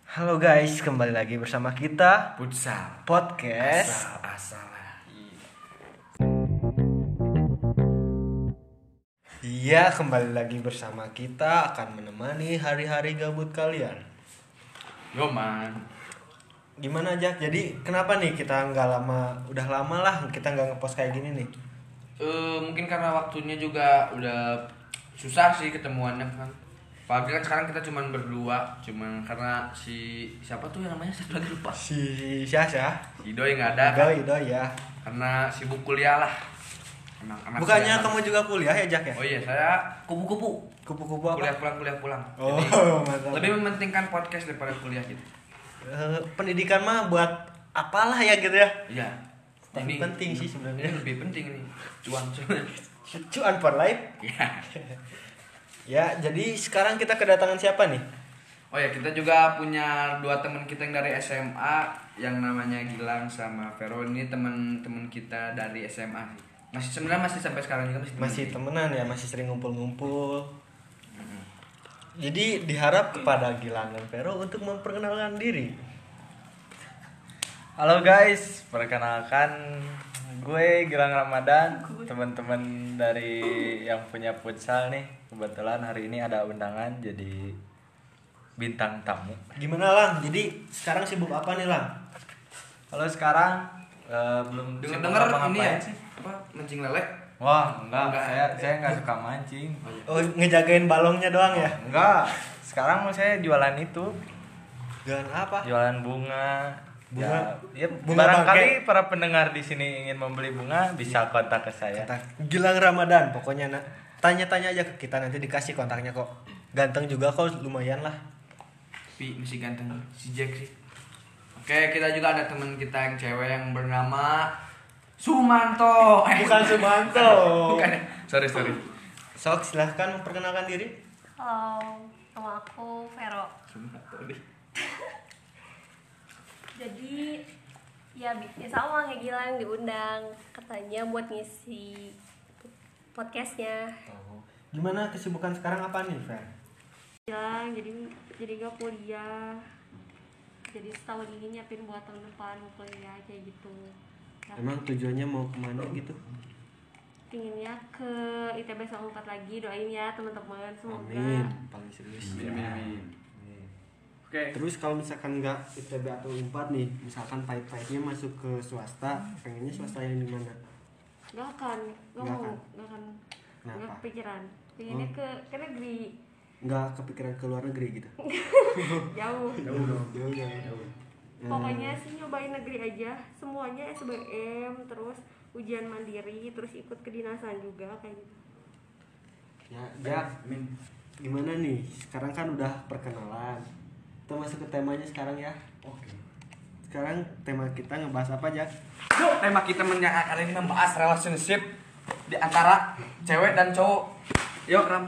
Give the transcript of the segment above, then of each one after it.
Halo guys, kembali lagi bersama kita Futsal Podcast. Asal lah. Iya, kembali lagi bersama kita akan menemani hari-hari gabut kalian. Yo man. Gimana Jack? Jadi kenapa nih kita udah lama lah kita nggak ngepost kayak gini nih? Mungkin karena waktunya juga udah susah sih ketemuannya kan. Apalagi kan sekarang kita cuman berdua, cuman karena siapa tuh yang namanya satu lagi lupa. Si Syasha, Si Doi nggak ada kan? Doi ya. Karena sibuk kuliah lah. Bukannya kamu juga kuliah ya Jack ya? Oh iya, saya kupu-kupu. Kupu-kupu apa? Kuliah pulang. Oh, Jadi mantap. lebih mementingkan podcast daripada kuliah gitu. Pendidikan mah buat apalah ya gitu ya? Iya. Tapi penting sih Ini sebenarnya. lebih penting ini. Cuan. Cuan for life. Iya. Ya, jadi sekarang kita kedatangan siapa nih? Oh ya, kita juga punya dua teman kita yang dari SMA yang namanya Gilang sama Vero. Ini teman-teman kita dari SMA sih. Sebenarnya masih sampai sekarang juga Masih temenan ya, masih sering ngumpul-ngumpul. Jadi diharap kepada Gilang dan Vero untuk memperkenalkan diri. Halo guys, perkenalkan gue Gilang Ramadan, teman-teman dari yang punya futsal nih. Kebetulan hari ini ada undangan jadi bintang tamu. Gimana Lang? Jadi sekarang sibuk apa nih Lang? Kalau sekarang belum dengar sibuk ini ya, ngapain sih. apa mancing lele? Wah, enggak, Enggak. saya enggak suka mancing. Oh, ngejagain balongnya doang ya? Enggak. Sekarang saya jualan itu, Jualan apa? jualan bunga. Bunga? Ya, Bunga barangkali para pendengar di sini ingin membeli bunga bisa kontak ke saya. Kata Gilang Ramadan, pokoknya tanya-tanya aja ke kita, nanti dikasih kontaknya kok. Ganteng juga kok, lumayan lah. Tapi masih ganteng si Jack sih. Oke, kita juga ada teman kita yang cewek yang bernama Sumanto. Bukan Sumanto. Bukan ya? Sorry. Sok, silahkan memperkenalkan diri. Halo, nama aku Vero. Sumanto deh. Jadi ya sama kayak Gilang diundang katanya buat ngisi podcastnya. Gimana kesibukan sekarang apa nih, Fer? Gilang jadi gak kuliah. Jadi setahun ini nyiapin buat tahun depan mau kuliah kayak gitu. Ya, Emang tujuannya mau kemana gitu? pinginnya ke ITB 14 lagi, doain ya teman-teman semoga. Amin, paling serius. Amin. Oke. Terus kalau misalkan nggak ITB atau Unpad nih, misalkan pahit-pahitnya masuk ke swasta, pengennya swasta yang di mana? Gak akan, gak Nggak mau, akan. gak akan, Kenapa? gak kepikiran. Pinginnya ke negeri Nggak kepikiran ke luar negeri gitu? jauh. Jauh. Pokoknya sih nyobain negeri aja, semuanya SBM, terus ujian mandiri, terus ikut kedinasan juga kayak gitu. Ya, Jack, gimana nih? Sekarang kan udah perkenalan. Kita masuk ke temanya sekarang ya. Oke. Sekarang tema kita ngebahas apa, Jack? Yuk, tema kita kali ini membahas relationship di antara cewek dan cowok. Yuk, Ram.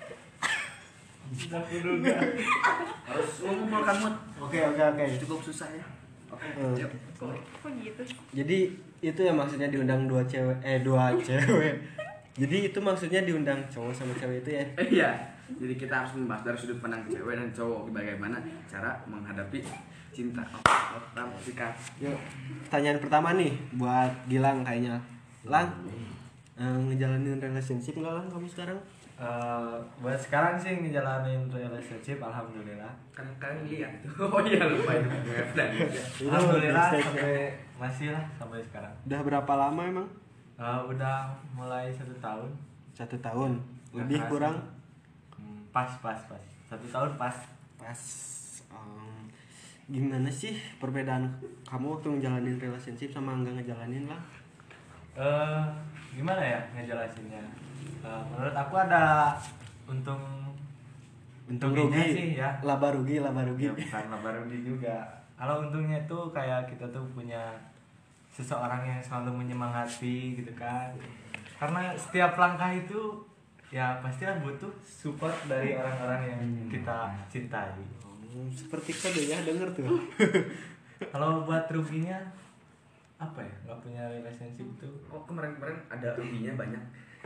Harus ngomong kamu. Oke. Cukup susah ya. Oke. Eh, Yuk. Kok gitu? Jadi itu ya maksudnya diundang dua cewek. Jadi itu maksudnya diundang cowok sama cewek itu ya. Iya. Jadi kita harus membahas dari sudut pandang cewek dan cowok bagaimana cara menghadapi cinta. Ram, sikat. Yuk, pertanyaan pertama nih buat Gilang kayaknya. Lang, ngejalanin relationship nggak Lang kamu sekarang? Buat sekarang sih ngejalanin relationship, alhamdulillah. Kan kalian lihat. Oh iya, lupa itu. Alhamdulillah mistake. sampai masih lah sampai sekarang. Udah berapa lama emang? Udah mulai 1 tahun. 1 tahun. Lebih Nggak kurang? kerasa. Pas 1 tahun pas. Pas. Gimana sih perbedaan kamu waktu ngejalanin relationship sama enggak ngejalanin Lang? Gimana ya ngejelasinnya? Menurut aku ada untung ruginya rugi sih ya. Laba rugi. Ya bukan laba rugi juga. Kalau untungnya tuh kayak kita tuh punya seseorang yang selalu menyemangati gitu kan. Karena setiap langkah itu ya pastilah butuh support dari orang-orang yang kita cintai. Seperti kode ya, denger tuh. Kalau buat ruginya apa ya? Nggak punya relationship tuh. Oh, kemarin ada ruginya banyak.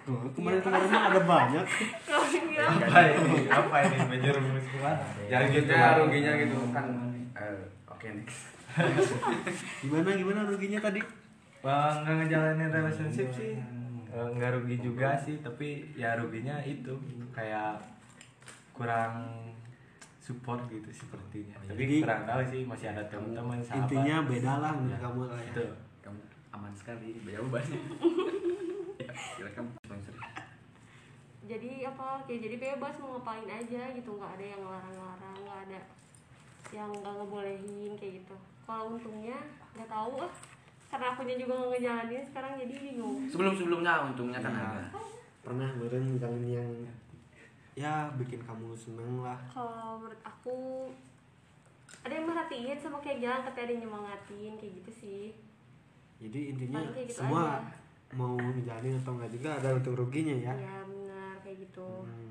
Kemarin mah ada banyak. Kalau bilang Apa ini menjerumus kemana? Jangan gitu ya ruginya gitu kan. Oke next. Gimana ruginya tadi? Nggak ngejalanin relationship sih nggak rugi juga sih, tapi ya ruginya itu kayak kurang support gitu sepertinya. Tapi Jadi, kurang tahu sih, masih ada teman-teman sahabat. Intinya beda lah menurut kamu lah ya. Itu Kamu aman sekali jawabannya. Ya, silakan sponsor. jadi apa kayak jadi bebas mau ngapain aja gitu, nggak ada yang ngelarang-larang, nggak ada yang nggak ngebolehin kayak gitu. Kalau untungnya nggak tahu karena akunya juga nggak ngejalanin sekarang jadi bingung. Sebelumnya untungnya kan ada. Pernah meren ngejalanin yang ya bikin kamu seneng lah. Kalau menurut aku ada yang merhatiin sama kayak jalan, tapi ada yang nyemangatin kayak gitu sih. Jadi intinya Paling kayak gitu semua aja. mau ngejalanin atau enggak juga ada untung ruginya ya. Ya benar kayak gitu.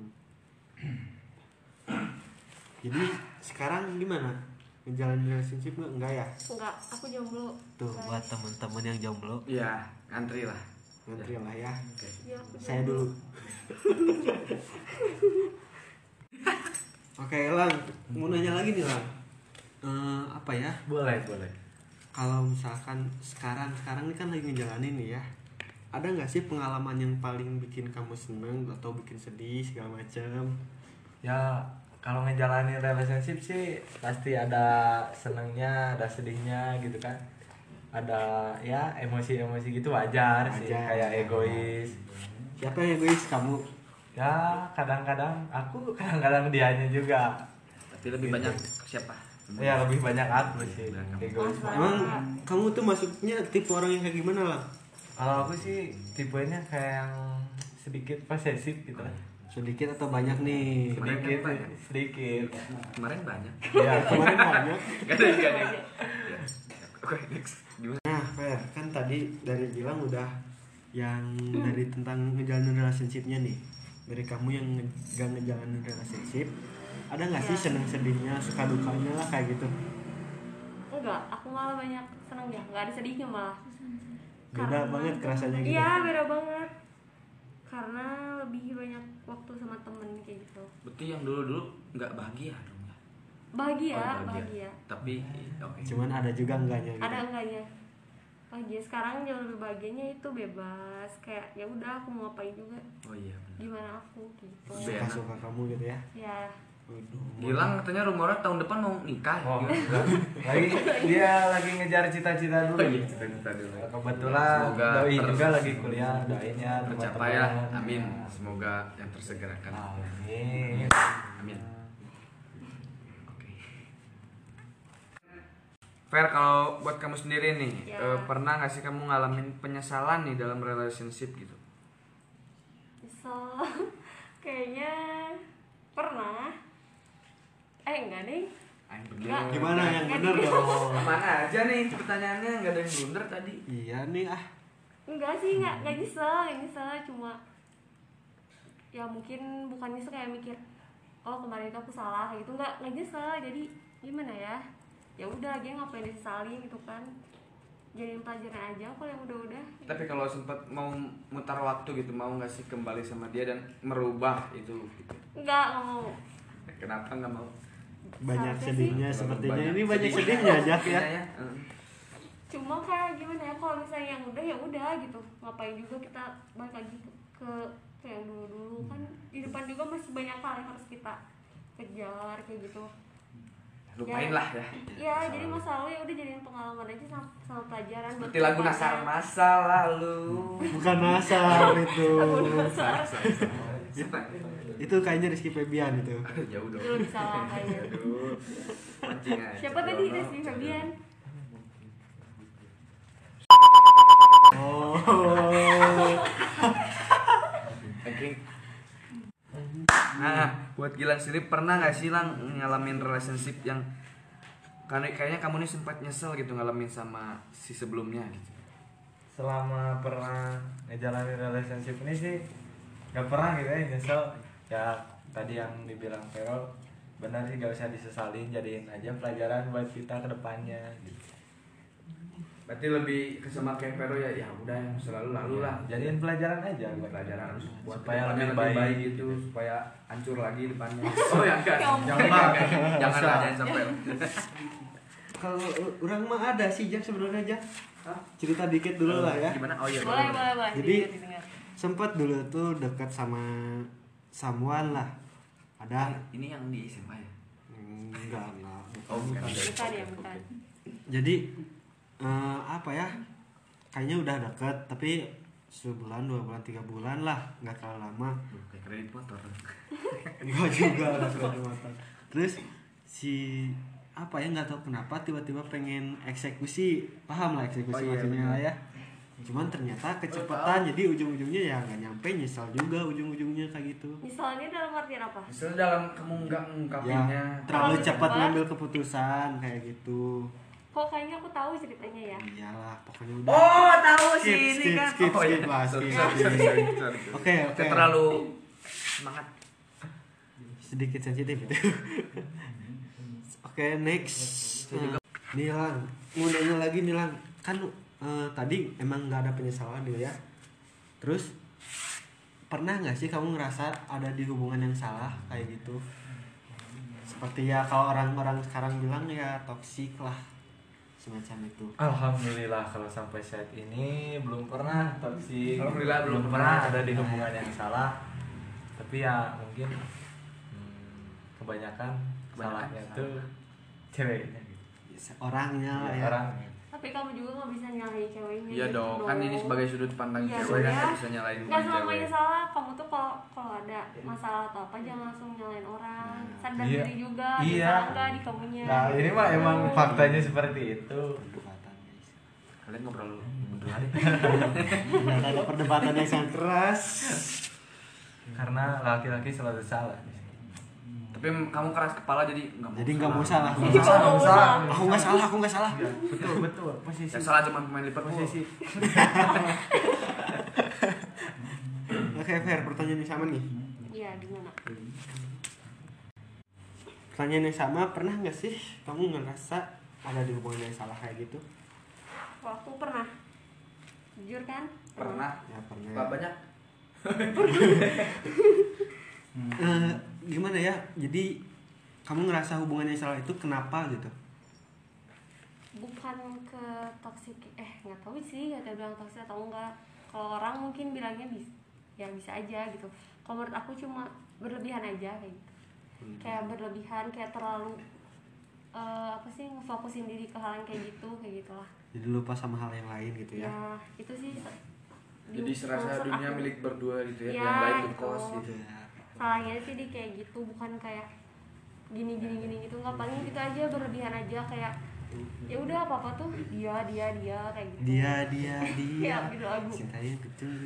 Jadi sekarang gimana? Ngejalanin relationship enggak ya? Enggak, aku jomblo. Tuh guys. buat teman-teman yang jomblo, Iya, antri lah. ngantri lah ya. Ya, aku Saya jomblo. dulu. Oke, Lang, mau nanya lagi nih, Lang. Apa ya? boleh. Kalau misalkan sekarang ini kan lagi ngejalanin nih ya. Ada nggak sih pengalaman yang paling bikin kamu seneng atau bikin sedih segala macam? Ya kalau ngejalanin relationship sih pasti ada senengnya, ada sedihnya gitu kan. Ada ya emosi-emosi gitu wajar sih, Wajar. kayak egois. Siapa yang egois, kamu? Ya kadang-kadang aku, kadang-kadang dianya juga. Tapi lebih banyak siapa? Ya lebih banyak aku sih Belakang. egois. Emang kamu tuh masuknya tipe orang yang kayak gimana lah? Kalau aku sih tipenya kayak yang sedikit posesif gitu lah. Sedikit atau banyak nih? Kemarin Sedikit, kan banyak. sedikit. Kemarin banyak. Ya, Kemarin banyak. Gak ada. Ya. Oke, next. Gimana? Nah, Fer, kan tadi dari Gilang udah yang dari tentang ngejalanin relationshipnya nih. Dari kamu yang gak ngejalanin relationship, ada nggak sih Iya. seneng sedihnya, suka dukanya lah kayak gitu? Enggak, aku malah banyak senangnya, nggak ada sedihnya malah. Beda banget kerasanya gitu. Iya, beda banget. Karena lebih banyak waktu sama temen kayak gitu. Berarti yang dulu nggak bahagia dong ya? Bahagia, Oh, bahagia. Tapi oke. Cuman ada juga enggaknya gitu. Ada enggaknya. Bahagia sekarang jauh lebih bahagianya itu bebas. Kayak ya udah aku mau ngapain juga. Oh iya. benar. Gimana aku gitu. Suka-suka kamu gitu ya. Ya. Gilang katanya rumornya tahun depan mau nikah. Oh, Gimana? enggak. Dia lagi ngejar cita-cita dulu. Oh iya, cita-cita dulu. Kebetulan Semoga doi juga lagi kuliah, doinya tercapai ya. Amin. Semoga yang tersegerakan. Amin. Amin. Oke. Fer, kalau buat kamu sendiri nih, Ya. pernah nggak sih kamu ngalamin penyesalan nih dalam relationship gitu? So, kayaknya pernah. Enggak deh. Ayo Enggak. Gimana yang Enggak bener deh. dong? Mana aja nih pertanyaannya, nggak ada yang blunder tadi. Iya nih ah. Enggak sih, enggak nyesel, cuma ya mungkin bukan nyesel, kayak mikir oh kemarin itu aku salah gitu, enggak nyesel. Jadi gimana ya, ya udah lagi ngapain disesalin gitu kan, jadiin pelajaran aja kalau yang udah Tapi kalau sempat mau mutar waktu gitu, mau nggak sih kembali sama dia dan merubah itu? Gitu. enggak mau. Kenapa nggak mau? Banyak Seharusnya sedihnya sih. sepertinya. Banyak Ini banyak sedihnya. sedihnya Jack ya. Iya, Cuma kayak gimana ya, kalau misalnya yang udah ya udah gitu, ngapain juga kita balik lagi ke yang dulu kan, di depan juga masih banyak hal yang harus kita kejar kayak gitu. Lupain Ya. lah ya. Ya jadi masa lalu ya udah jadiin pengalaman aja sama pelajaran buat Seperti lagu kedepannya. Nasar masa lalu. Bukan asal itu. Siapa? Itu kayaknya Rizky Febian itu. Jauh dong. Itu lebih salah kayaknya. Aduh. Pancing aja. Siapa tadi? Rizky Febian. Oh. Oke. Nah, buat Gilang sendiri pernah nggak sih Lang ngalamin relationship yang karena kayaknya kamu nih sempat nyesel gitu ngalamin sama si sebelumnya gitu? Selama pernah ngejalanin relationship ini sih gak pernah gitu ya nyesel. Ya tadi yang dibilang Vero benar sih, gak usah disesalin, jadiin aja pelajaran buat kita ke depannya gitu. Berarti lebih ke sama kayak Vero ya udah yang selalu lalu lah. Jadiin pelajaran aja buat Pelajaran buat supaya depannya lebih baik gitu, supaya hancur lagi depannya. Oh ya enggak. Ya ampun. Jangan lah, jangan sampai. Kalau orang mah ada sih Jak sebenarnya Jak. Cerita dikit dulu lah ya. Gimana? Oh iya. Boleh. Jadi didengar. sempat dulu tuh dekat sama someone lah. Ada Ini yang di SMA ya? enggak. Oh, bukan. Bukan. Jadi apa ya? Kayaknya udah deket tapi sebulan, 2 bulan, 3 bulan lah, nggak terlalu lama. Kayak kredit motor. Enggak juga ada surat motor. Terus si apa ya nggak tahu kenapa tiba-tiba pengen eksekusi, paham lah eksekusi Oh, iya, maksudnya benar. lah ya. Cuman ternyata kecepatan jadi ujung-ujungnya ya nggak nyampe, nyesal juga ujung-ujungnya kayak gitu. Misalnya dalam artian apa? Misalnya dalam kamu nggak Ya ngungkapinnya. terlalu Terlalu cepat cepat. ngambil keputusan kayak gitu. Kok kayaknya aku tahu ceritanya ya. Iyalah pokoknya udah. Oh, tahu sih Skip, ini skip, kan. skip, Oh, skip iya. lah, Sorry, skip. sorry. Oke. Terlalu semangat. Sedikit sensitif itu. Oke, next. Nilang, mau nanya lagi Nilang. Kan tadi emang nggak ada penyesalan dia ya. Terus pernah nggak sih kamu ngerasa ada di hubungan yang salah kayak gitu? Seperti ya kalau orang-orang sekarang bilang ya toksik lah, semacam itu. Alhamdulillah kalau sampai saat ini belum pernah toksik. Alhamdulillah belum pernah pernah. ada di hubungan yang salah. Tapi ya mungkin kebanyakan salahnya salah. tuh ceweknya gitu. Orangnya lah ya. Orang Tapi kamu juga nggak bisa nyalain ceweknya. Iya gitu dong, kan ini sebagai sudut pandang Iya, cewek kan ya. nggak bisa nyalain Nggak bukan selamanya cewek. salah. Kamu tuh kalau ada masalah atau apa jangan langsung nyalain orang. Sadar Iya. diri juga. Iya. Salah nggak di kamunya. Nah ini mah emang faktanya seperti itu. Perdebatan guys. Kalian ngobrol berdua hari. Ternyata ada perdebatan yang sangat keras. Karena laki-laki selalu salah. Tapi kamu keras kepala jadi nggak mau. Jadi nggak mau salah. Jadi kalau mau salah. Aku nggak salah. Betul posisi. Yang salah cuma pemain Liverpool. Posisi. Oke, Fer, pertanyaan yang sama nih. Iya, gimana? Pertanyaan yang sama, pernah nggak sih kamu ngerasa ada di hubungan yang salah kayak gitu? Waktu pernah. Jujur kan? Pernah. Ya pernah. Nggak banyak. Gimana ya? Jadi kamu ngerasa hubungan yang salah itu kenapa gitu? Bukan ke toxic, nggak tahu sih, nggak tahu bilang toxic atau enggak. Kalau orang mungkin bilangnya bisa aja gitu. Kalau menurut aku cuma berlebihan aja kayak gitu. Kayak berlebihan, kayak terlalu ngefokusin diri ke hal yang kayak gitulah. Jadi lupa sama hal yang lain gitu ya? Ya itu sih. Jadi serasa maksud dunia aku. milik berdua gitu ya, Ya, yang baik itu. berkos gitu. Ya. Salahnya sih di kayak gitu, bukan kayak gini gitu, nggak, paling gitu aja, berlebihan aja, kayak ya udah apa tuh dia kayak gitu. Dia. Ya, gitu lagu. Cintanya betul.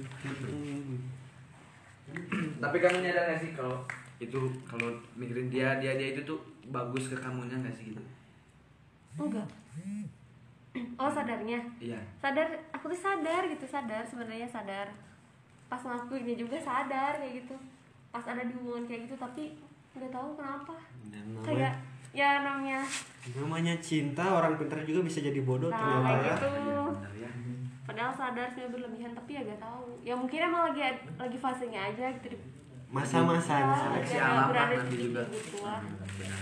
Tapi kamu nyadar nggak sih kalau mikirin dia itu tuh bagus ke kamunya nggak sih gitu? Enggak. Oh, sadarnya. Iya. Sadar, aku tuh sadar sebenarnya sadar. Pas ngelakuinnya juga sadar kayak gitu. Pas ada di hubungan kayak gitu, tapi nggak tahu kenapa. Kayak ya namanya cinta, orang pintar juga bisa jadi bodoh nah ternyata kayak ya. gitu. Benar ya. Padahal sadar sebenarnya berlebihan, tapi ya gak tahu. Ya mungkin emang lagi fasenya aja gitu. Masa-masanya. Seleksi Ya, alam berada nanti di juga. gitu lah. Benar.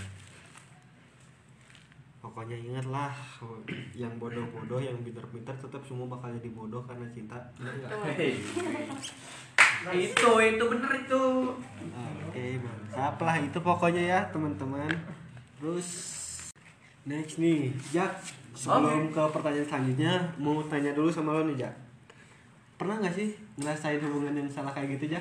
Pokoknya ingatlah, yang bodoh-bodoh, yang pintar-pintar tetap semua bakal jadi bodoh karena cinta. Hei. Nah, itu bener itu. Oke, mantap lah itu pokoknya ya teman-teman. Terus next nih, Jak. Sebelum ke pertanyaan selanjutnya, mau tanya dulu sama lo nih, Jak. Pernah nggak sih ngerasain hubungan yang salah kayak gitu, Jak?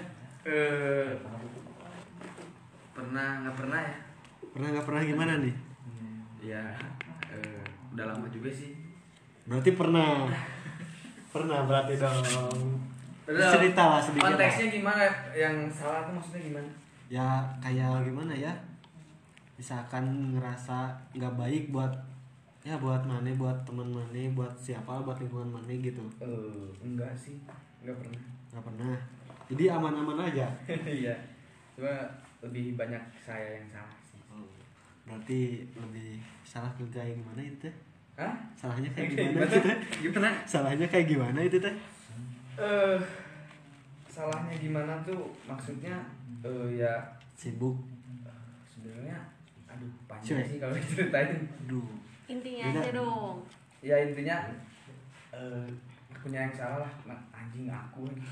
Pernah nggak pernah ya? Pernah nggak pernah gimana nih? Ya, udah lama juga sih. Berarti pernah. Pernah berarti dong. Cerita lah sedikit. Konteksnya Lah. gimana? Yang salah tuh maksudnya gimana? Ya kayak gimana ya? Misalkan ngerasa nggak baik buat Mane, buat teman Mane, buat siapa, buat lingkungan Mane gitu. Enggak sih, enggak pernah. Nggak pernah. Jadi aman-aman aja. Iya. Cuma lebih banyak saya yang salah sih. Berarti lebih salah ke gaya gimana itu? Hah? Salahnya kayak gimana itu teh? Gimana? Salahnya kayak gimana itu teh? Salahnya gimana tuh maksudnya ya Sibuk. sebenarnya aduh Cuy. panjang sih kalau diceritain. Aduh. Intinya Beda. aja dong. Ya intinya akunya yang salah lah. Anjing aku lagi.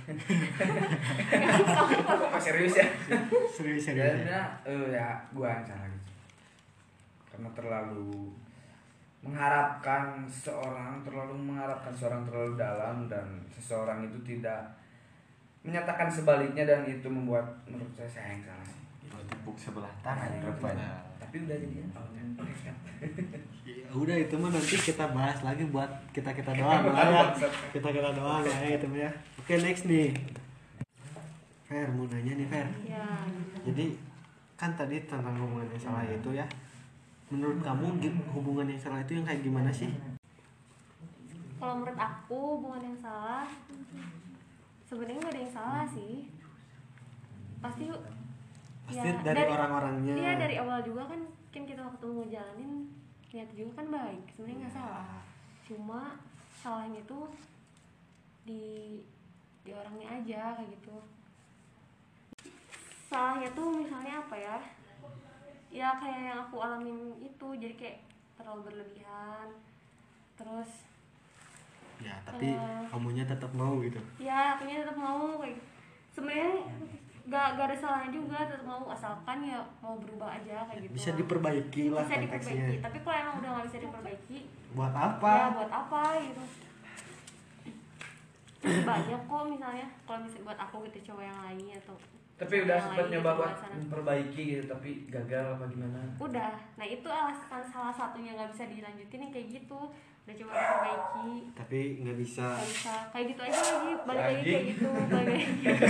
Kok serius ya? Serius. Ya intinya ya gua yang salah gitu. Karena terlalu mengharapkan seseorang terlalu dalam dan seseorang itu tidak menyatakan sebaliknya dan itu membuat menurut saya yang salah sih. Tepuk sebelah tangan rupanya. Tapi udah jadian. Ya udah itu mah nanti kita bahas lagi buat kita doang lah ya. Kita doang lah ya itu mah ya. Oke, next nih. Fer, mau nanya nih Fer. Ya. Jadi kan tadi tentang hubungan yang salah itu ya. Menurut kamu hubungan yang salah itu yang kayak gimana sih? Kalau menurut aku hubungan yang salah sebenarnya nggak ada yang salah sih. Pasti Dari orang-orangnya. Iya, dari awal juga kan kita waktu ngejalanin niat juga kan baik, sebenarnya nggak salah. Cuma salahnya tuh di orangnya aja kayak gitu. Salahnya tuh misalnya apa ya? Ya kayak yang aku alamin itu, jadi kayak terlalu berlebihan. Terus Ya, tapi kamunya tetap mau gitu. ya akunya tetap mau kayak sebenarnya gak ada salahnya juga, tetap mau asalkan ya mau berubah aja kayak gitu. Bisa diperbaiki lah Bisa konteksnya. diperbaiki, tapi kalau emang udah nggak bisa diperbaiki Buat apa? ya buat apa gitu. Banyak kok misalnya kalau misalnya buat aku gitu cowok yang lain atau Tapi udah yang sempat lain nyoba gitu, buat luar sana. memperbaiki gitu tapi gagal apa gimana? Udah, nah itu alasan salah satunya nggak bisa dilanjutin yang kayak gitu. Udah coba diperbaiki Tapi nggak bisa. nggak bisa kayak gitu aja lagi, balik lagi Lagi? kayak gitu, balik lagi.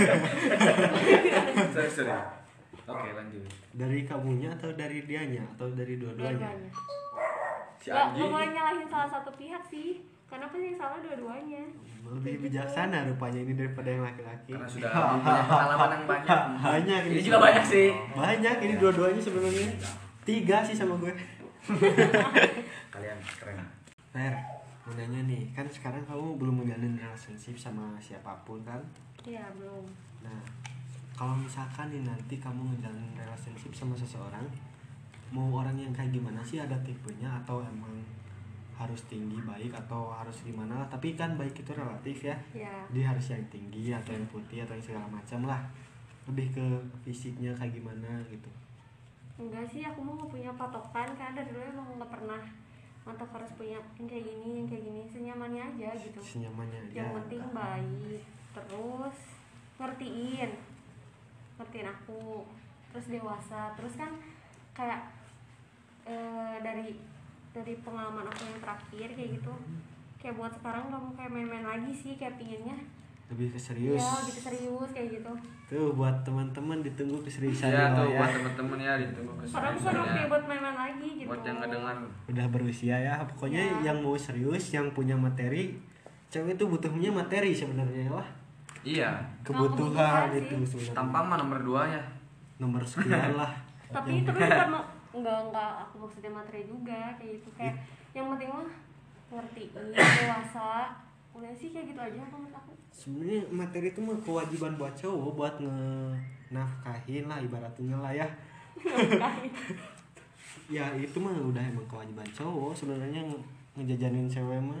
Sorry. Oke, lanjut. Dari kamunya atau dari dianya atau dari dua-duanya? Dua-duanya. Si Nggak anjing. boleh nyalahin salah satu pihak sih, karena pasti yang salah dua-duanya. Lebih bijaksana rupanya ini daripada yang laki-laki. Karena sudah punya pengalaman yang banyak. Banyak Ini juga banyak sih. Banyak ini dua-duanya sebenarnya. 3 sih sama gue. Kalian keren. Fer, mau nanya nih, kan sekarang kamu belum menjalin relationship sama siapapun kan? Iya belum. Nah, kalau misalkan nih nanti kamu ngejalanin relationship sama seseorang, mau orang yang kayak gimana sih? Ada tipenya atau emang harus tinggi baik atau harus gimana lah? Tapi kan baik itu relatif ya. Iya. Dia harus yang tinggi atau yang putih atau yang segala macam lah. Lebih ke fisiknya kayak gimana gitu. Enggak sih, aku mau nggak punya patokan karena dari dulu emang nggak pernah mantap harus punya yang kayak gini, senyamannya aja gitu. Senyamannya aja. Yang penting baik, terus ngertiin aku, terus dewasa, terus kan kayak dari pengalaman aku yang terakhir kayak gitu, kayak buat sekarang kamu kayak main-main lagi sih, kayak pinginnya Lebih ke serius. ya gitu serius kayak gitu. Tuh buat teman-teman ditunggu keseriusan Iya tuh ya. buat temen-temen ya ditunggu Padahal bukan waktu keseriusannya. buat main-main lagi gitu. Buat yang ngedengar. Udah berusia ya. Pokoknya Ya. yang mau serius, yang punya materi, cewek itu butuhnya materi sebenarnya lah. Iya. Kebutuhan Kebutuhan itu sih. sebenarnya. Tampang mah nomor 2 ya. Nomor sekian lah. Tapi Yang- terus bukan enggak aku maksudnya materi juga kayak gitu, kayak yang penting mah ngertiin, dewasa, udah sih kayak gitu aja menurut aku. sebenarnya materi itu mah kewajiban buat cowok buat nafkahin lah ibaratnya lah ya. Ya itu mah udah emang kewajiban cowok sebenarnya ngejajanin cewek mah.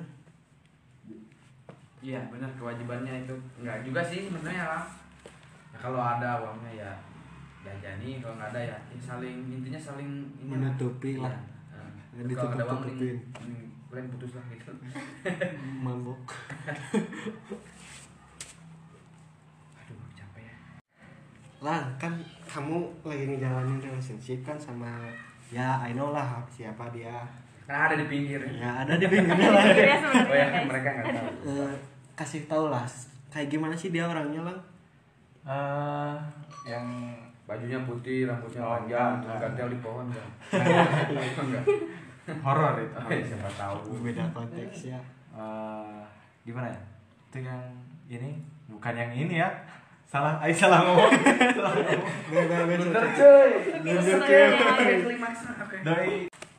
Iya benar kewajibannya itu. Enggak juga sih sebenarnya lah. Ya, kalau ada uangnya ya jajani, kalau nggak ada ya, saling intinya saling ini lah. Menutupi lah. Iya. Nggak Kalau ada uang ditutup-tutupin. mending kalian putus lah gitu. Mabok. Aduh capek ya. Lah kan kamu lagi ngejalanin relationship kan sama ya I know lah siapa dia. Nah ada di pinggir. Ya ada di pinggirnya lah. Iya sebenarnya Oh ya guys. mereka nggak tahu. Kasih tau lah kayak gimana sih dia orangnya lang. Yang Bajunya putih, rambutnya Oh, panjang, enggak. gantel di pohon enggak? Enggak. horor itu. Oh, ya, siapa tahu. Beda konteks ya. Gimana ya? Itu yang ini bukan yang ini ya. Salah ngomong. Bentar cuy. Bentar, Oke, klimaksnya. Oke. Doi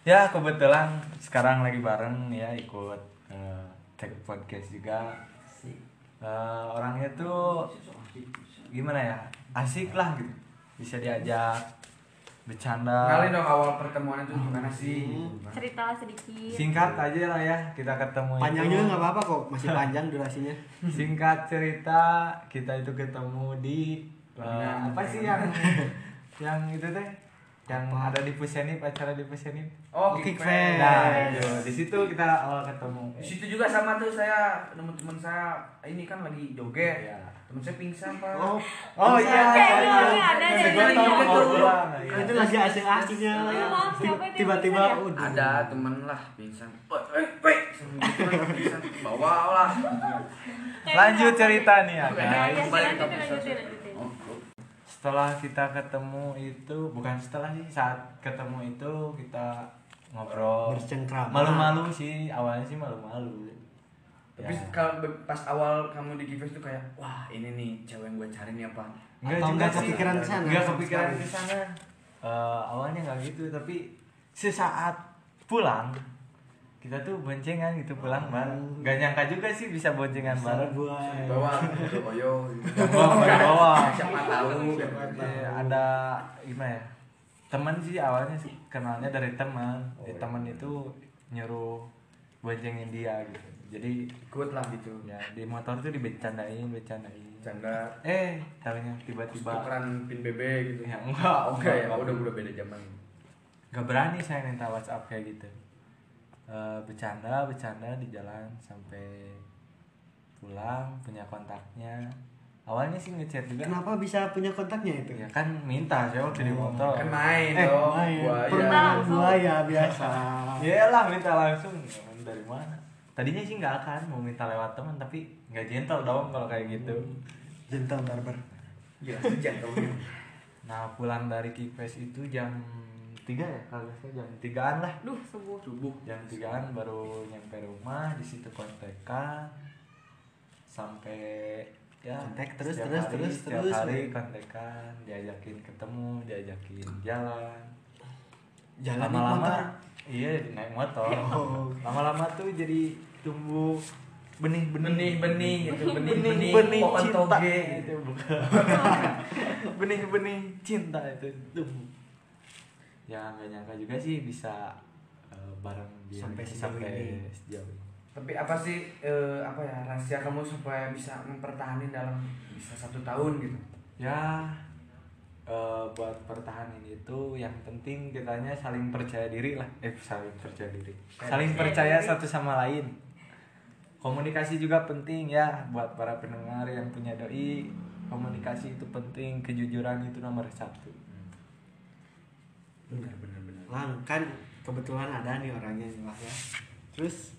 Ya kebetulan sekarang lagi bareng ya ikut take podcast juga. Orangnya tuh gimana ya, asik lah gitu, bisa diajak bercanda. Kenalin dong awal pertemuan itu gimana sih? Cerita sedikit. Singkat aja lah ya, kita ketemu Panjang itu. juga nggak apa-apa kok, masih panjang durasinya. Singkat cerita, kita itu ketemu di apa sih yang itu teh, yang ada di Pusenip, acara di Pusenip. Oh, Kick Kick Fair. Nah, itu di situ kita awal ketemu. Di situ juga sama tuh saya teman-teman saya ini kan lagi joget. Iya. Temen saya pingsan Pak. Oh iya, ada yang jadi digotong gitu. obrolan. Iya. Itu lagi asik-asiknya. Iya, maaf, siapa itu Tiba-tiba yang pingsan udah. Ada temen lah pingsan. Woi, pingsan. Bawa lah. Lanjut cerita nih ya. Ya, guys. ya, Kembali ke lanjutin. Oh, Setelah kita ketemu itu, bukan setelah sih, saat ketemu itu kita ngobrol. Bercengkrama. Malu-malu sih, awalnya sih malu-malu. tapi Ya. kalau pas awal kamu di Givers tuh kayak wah ini nih cewek yang gue cari nih apa? Atau nggak kepikiran ke sana? Nggak kepikiran ke sana. Awalnya nggak gitu, tapi sesaat pulang kita tuh boncengan gitu pulang bareng. Nggak nyangka juga sih bisa boncengan bareng. Bawa oyo. Bawa. Siapa tahu. Ada gimana ya? Teman sih awalnya sih kenalnya dari teman. Teman itu nyuruh boncengin dia gitu. Jadi Ikut lah gitu. ya di motor tuh dibecandain. Canda. Tahunya tiba-tiba Tukeran pin BB gitu. ya enggak, Oke ya, udah beda zaman. Nggak berani saya minta WhatsApp kayak gitu. Bercanda di jalan sampai pulang punya kontaknya. Awalnya sih ngechat juga. Kenapa bisa punya kontaknya itu? Ya kan minta saya waktu di motor. Kan main dong. Buaya. Permainan buaya biasa. Iyalah minta langsung. Dari mana? Tadinya sih nggak akan mau minta lewat teman, tapi nggak gentle dong kalau kayak gitu. Gentle barber. Gila, gentleman. Nah pulang dari Kipes itu jam 3 ya, kalau nggak salah jam 3-an lah. Duh, subuh. Jam 3-an baru nyampe rumah, di situ kontekan sampai ya Kontak terus, setiap terus. hari kontekan, diajakin ketemu, diajakin jalan. Jalan naik Lama-lama motor. iya naik motor. Oh. Lama-lama tuh jadi tumbuh benih-benih Gitu, benih pohon cinta toge. itu bukan. Benih-benih cinta itu tumbuh. Ya nggak nyangka juga sih bisa bareng dia Sampai sejauh ini. sejauh ini. Tapi apa sih apa ya rahasia kamu supaya bisa mempertahankan dalam bisa 1 tahun gitu? Ya buat pertahanan itu yang penting kitanya saling percaya diri lah. Saling percaya diri, saling percaya satu sama lain. Komunikasi juga penting ya buat para pendengar yang punya doi. Komunikasi itu penting, kejujuran itu nomor 1. Benar. Lang, kan kebetulan ada nih orangnya nih Lah ya. Terus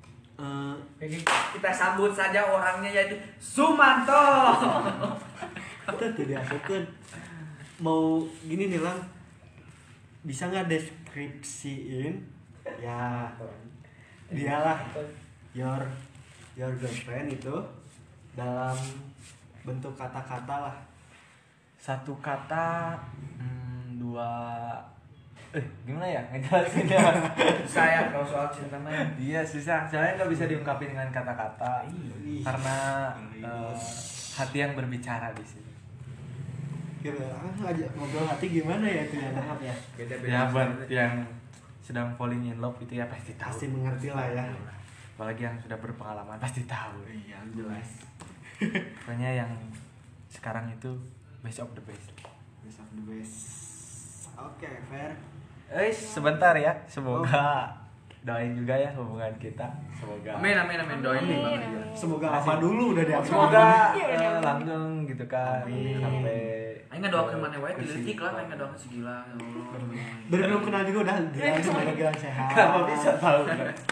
Kita sambut saja orangnya yaitu Sumanto. kita tidak sukun. Mau gini nih Lang, bisa nggak deskripsiin ya dialah your girlfriend itu dalam bentuk kata-kata lah. Satu kata, dua gimana ya ngejelasinnya. Saya kalau soal cinta mah Iya susah, soalnya nggak bisa diungkapin dengan kata-kata karena hati yang berbicara di sini. Gitu, aja ngobrol hati gimana ya itu ya maaf ya. beda-beda. Ya buat yang sedang falling in love itu ya pasti tahu. Pasti mengerti lah ya. Apalagi yang sudah berpengalaman pasti tahu. Iya jelas. Pokoknya yang sekarang itu best of the best. Best of the best. Oke, fair. Sebentar ya, semoga doain juga ya hubungan kita. Semoga. Amin doain nih Bang. Amin. Semoga apa dulu udah diambil. Semoga Iya. langgeng gitu kan sampai. Aing ngadoakeun maneh wae diletik lah, aing ngadoakeun si Gila ya Allah. Dari belum kenal juga udah dia semoga Gilang sehat. Kenapa bisa tahu?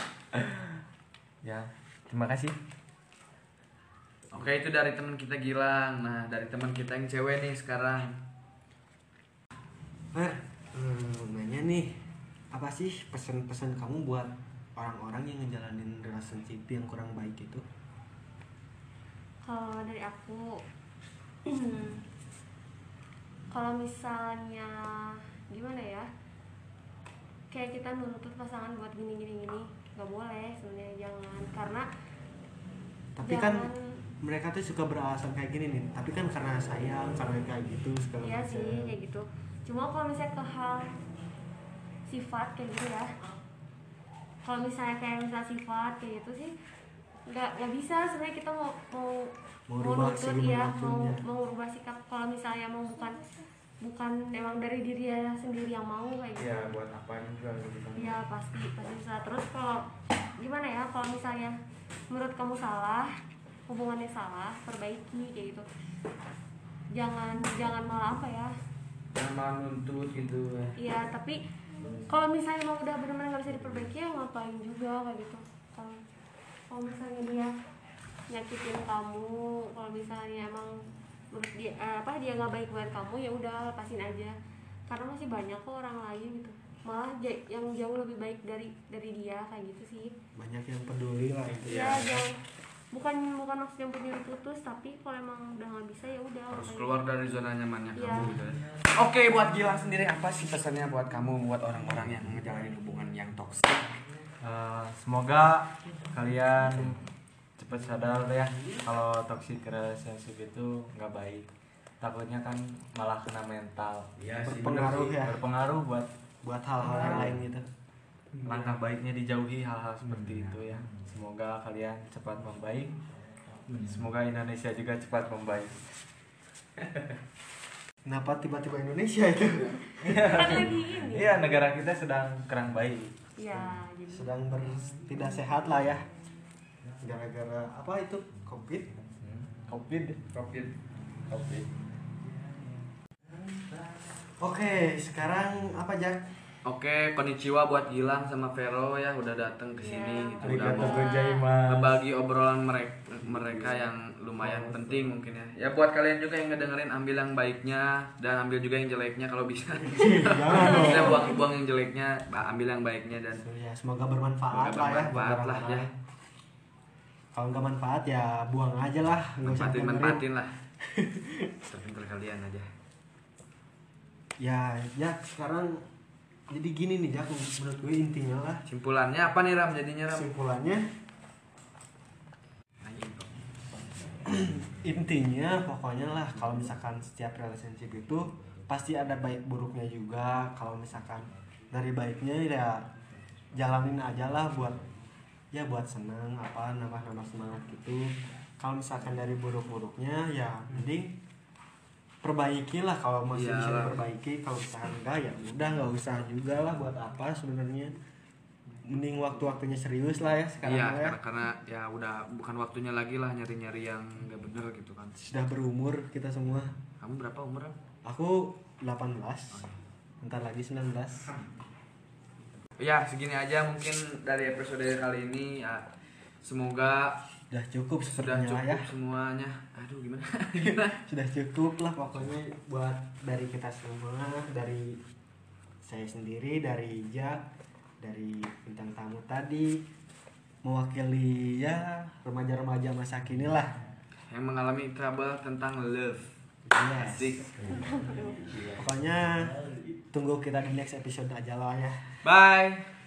Ya, terima kasih. Oke, itu dari teman kita Gilang. Nah, dari teman kita yang cewek nih sekarang. Fer, nanya nih, apa sih pesan-pesan kamu buat orang-orang yang ngejalanin relationship yang kurang baik itu? Kalau dari aku, kalau misalnya gimana ya, kayak kita nuntut pasangan buat gini nggak boleh sebenarnya, jangan. Karena Tapi kan mereka tuh suka beralasan kayak gini nih, tapi kan karena sayang, karena kayak gitu segala iya macam. sih kayak gitu. Cuma kalau misalnya ke hal sifat kayak gitu ya, kalau misalnya sifat kayak gitu sih nggak bisa sebenarnya. Kita mau Merubah nuntut segala ya, macamnya. mau rubah sikap. Kalau misalnya mau bukan emang dari diri dia sendiri yang mau kayak gitu. Ya buat apa juga gitu kan. Iya pasti bisa. Terus kalau gimana ya, kalau misalnya menurut kamu salah, hubungannya salah, perbaiki kayak gitu. Jangan malah apa ya? Jangan malah nuntut gitu. Iya, tapi kalau misalnya emang udah benar-benar nggak bisa diperbaiki ya ngapain juga kayak gitu. Kalau misalnya dia nyakitin kamu, kalau misalnya emang menurut dia dia nggak baik buat kamu, ya udah lepasin aja. Karena masih banyak kok orang lain gitu, malah yang jauh lebih baik dari dia kayak gitu sih. Banyak yang peduli lah itu. Ya jauh, bukan maksudnya penyuruh putus, tapi kalau emang udah nggak bisa ya udah Harus ngapain. keluar dari zona nyamannya Iya. kamu gitu. Oke, buat Gilang sendiri apa sih pesannya buat kamu, buat orang-orang yang ngejalanin hubungan yang toksik? Semoga kalian cepat sadar ya kalau toxic relationship itu nggak baik. Takutnya kan malah kena mental. Iya Berpengaruh ya Berpengaruh buat hal-hal yang lain gitu. langkah baiknya dijauhi hal-hal seperti itu ya. Semoga kalian cepat membaik. Semoga Indonesia juga cepat membaik. Kenapa tiba-tiba Indonesia itu? Kan lagi ini. Iya, negara kita sedang kurang baik. Ya jadi Sedang tidak sehat lah ya. Gara-gara apa itu? Covid. Covid. Oke, sekarang apa Jack? Oke, konnichiwa buat Gilang sama Vero ya udah datang ke sini gitu, udah Arigato mau gozaimasu. berbagi obrolan mereka yang lumayan penting mungkin ya. Ya buat kalian juga yang ngedengerin, ambil yang baiknya dan ambil juga yang jeleknya kalau bisa. Kita buang yang jeleknya, ambil yang baiknya dan Ya, semoga bermanfaat lah ya. buat bermanfaat lah ya. orang-orang. Kalau nggak manfaat ya buang aja lah. Nggak usah dengerin. Manfaatin lah. Terpintar kalian aja. Ya, Jack, sekarang jadi gini nih Jack, menurut gue intinya lah. Simpulannya apa nih Ram? Jadinya Ram? Kesimpulannya intinya pokoknya lah, kalau misalkan setiap relationship itu pasti ada baik buruknya juga. Kalau misalkan dari baiknya ya jalanin aja lah buat seneng, nambah semangat gitu. Kalau misalkan dari buruknya ya mending perbaiki lah kalau masih bisa Iyalah. diperbaiki. Kalau misalkan enggak ya udah nggak usah juga lah, buat apa sebenarnya. Mending waktu-waktunya serius lah ya sekarang Iya, lah ya. karena ya udah bukan waktunya lagi lah nyari-nyari yang nggak bener gitu kan. Sudah berumur kita semua. Kamu berapa umur Ram? Aku 18. Bentar lagi 19. Ya segini aja mungkin dari episode kali ini ya. Semoga Sudah cukup sudah sepertinya cukup ya. semuanya. Aduh gimana? Sudah cukup lah pokoknya buat dari kita semua, dari saya sendiri, dari Jack, dari bintang tamu tadi, mewakili ya remaja-remaja masa kini lah. Yang mengalami trouble tentang love. Yes. Asik. Pokoknya tunggu kita di next episode aja lah ya. Bye.